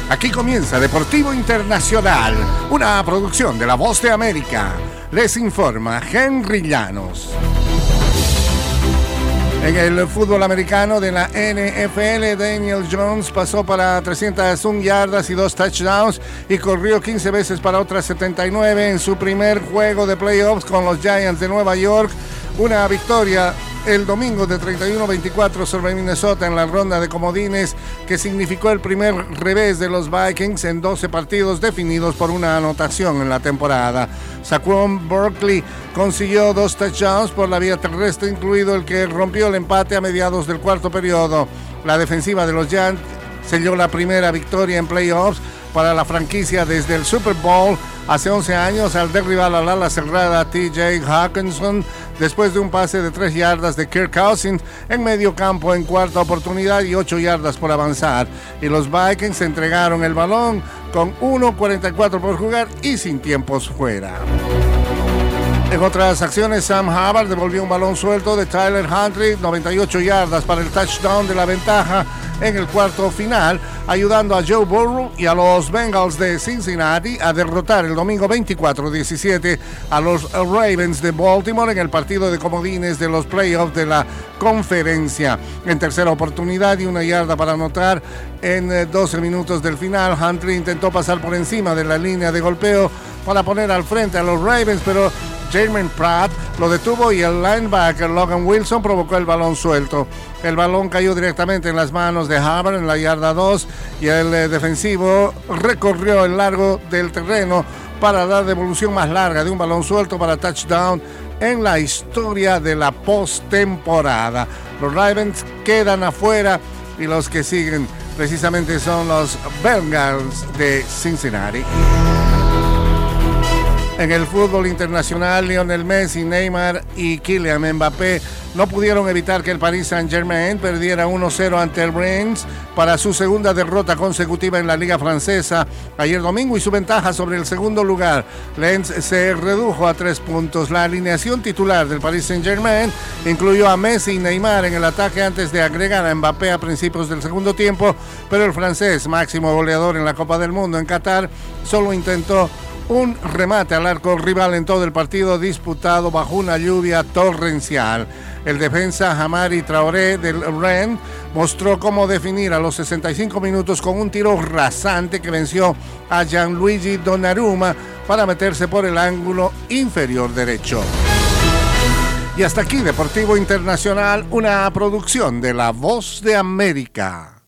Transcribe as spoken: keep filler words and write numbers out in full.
Aquí comienza Deportivo Internacional, una producción de La Voz de América. Les informa Henry Llanos. En el fútbol americano de la N F L, Daniel Jones pasó para trescientas una yardas y dos touchdowns y corrió quince veces para otras setenta y nueve en su primer juego de playoffs con los Giants de Nueva York. Una victoria el domingo de treinta y uno a veinticuatro sobre Minnesota en la ronda de comodines, que significó el primer revés de los Vikings en doce partidos definidos por una anotación en la temporada. Saquon Barkley consiguió dos touchdowns por la vía terrestre, incluido el que rompió el empate a mediados del cuarto periodo. La defensiva de los Giants selló la primera victoria en playoffs para la franquicia desde el Super Bowl hace once años, al derribar al ala cerrada T J Hawkinson después de un pase de tres yardas de Kirk Cousins en medio campo en cuarta oportunidad y ocho yardas por avanzar. Y los Vikings entregaron el balón con uno cuarenta y cuatro por jugar y sin tiempos fuera. En otras acciones, Sam Hubbard devolvió un balón suelto de Tyler Huntley, noventa y ocho yardas para el touchdown de la ventaja en el cuarto final, ayudando a Joe Burrow y a los Bengals de Cincinnati a derrotar el domingo veinticuatro a diecisiete a los Ravens de Baltimore en el partido de comodines de los playoffs de la conferencia. En tercera oportunidad y una yarda para anotar en doce minutos del final, Huntley intentó pasar por encima de la línea de golpeo para poner al frente a los Ravens, pero Jermaine Pratt lo detuvo y el linebacker Logan Wilson provocó el balón suelto. El balón cayó directamente en las manos de Hubbard en la yarda dos y el eh, defensivo recorrió el largo del terreno para dar devolución más larga de un balón suelto para touchdown en la historia de la postemporada. Los Ravens quedan afuera y los que siguen precisamente son los Bengals de Cincinnati. En el fútbol internacional, Lionel Messi, Neymar y Kylian Mbappé no pudieron evitar que el Paris Saint-Germain perdiera uno cero ante el Rennes para su segunda derrota consecutiva en la Liga Francesa ayer domingo, y su ventaja sobre el segundo lugar, Lens, se redujo a tres puntos. La alineación titular del Paris Saint-Germain incluyó a Messi y Neymar en el ataque antes de agregar a Mbappé a principios del segundo tiempo, pero el francés, máximo goleador en la Copa del Mundo en Qatar, solo intentó un remate al arco rival en todo el partido disputado bajo una lluvia torrencial. El defensa Hamari Traoré del Rennes mostró cómo definir a los sesenta y cinco minutos con un tiro rasante que venció a Gianluigi Donnarumma para meterse por el ángulo inferior derecho. Y hasta aquí Deportivo Internacional, una producción de La Voz de América.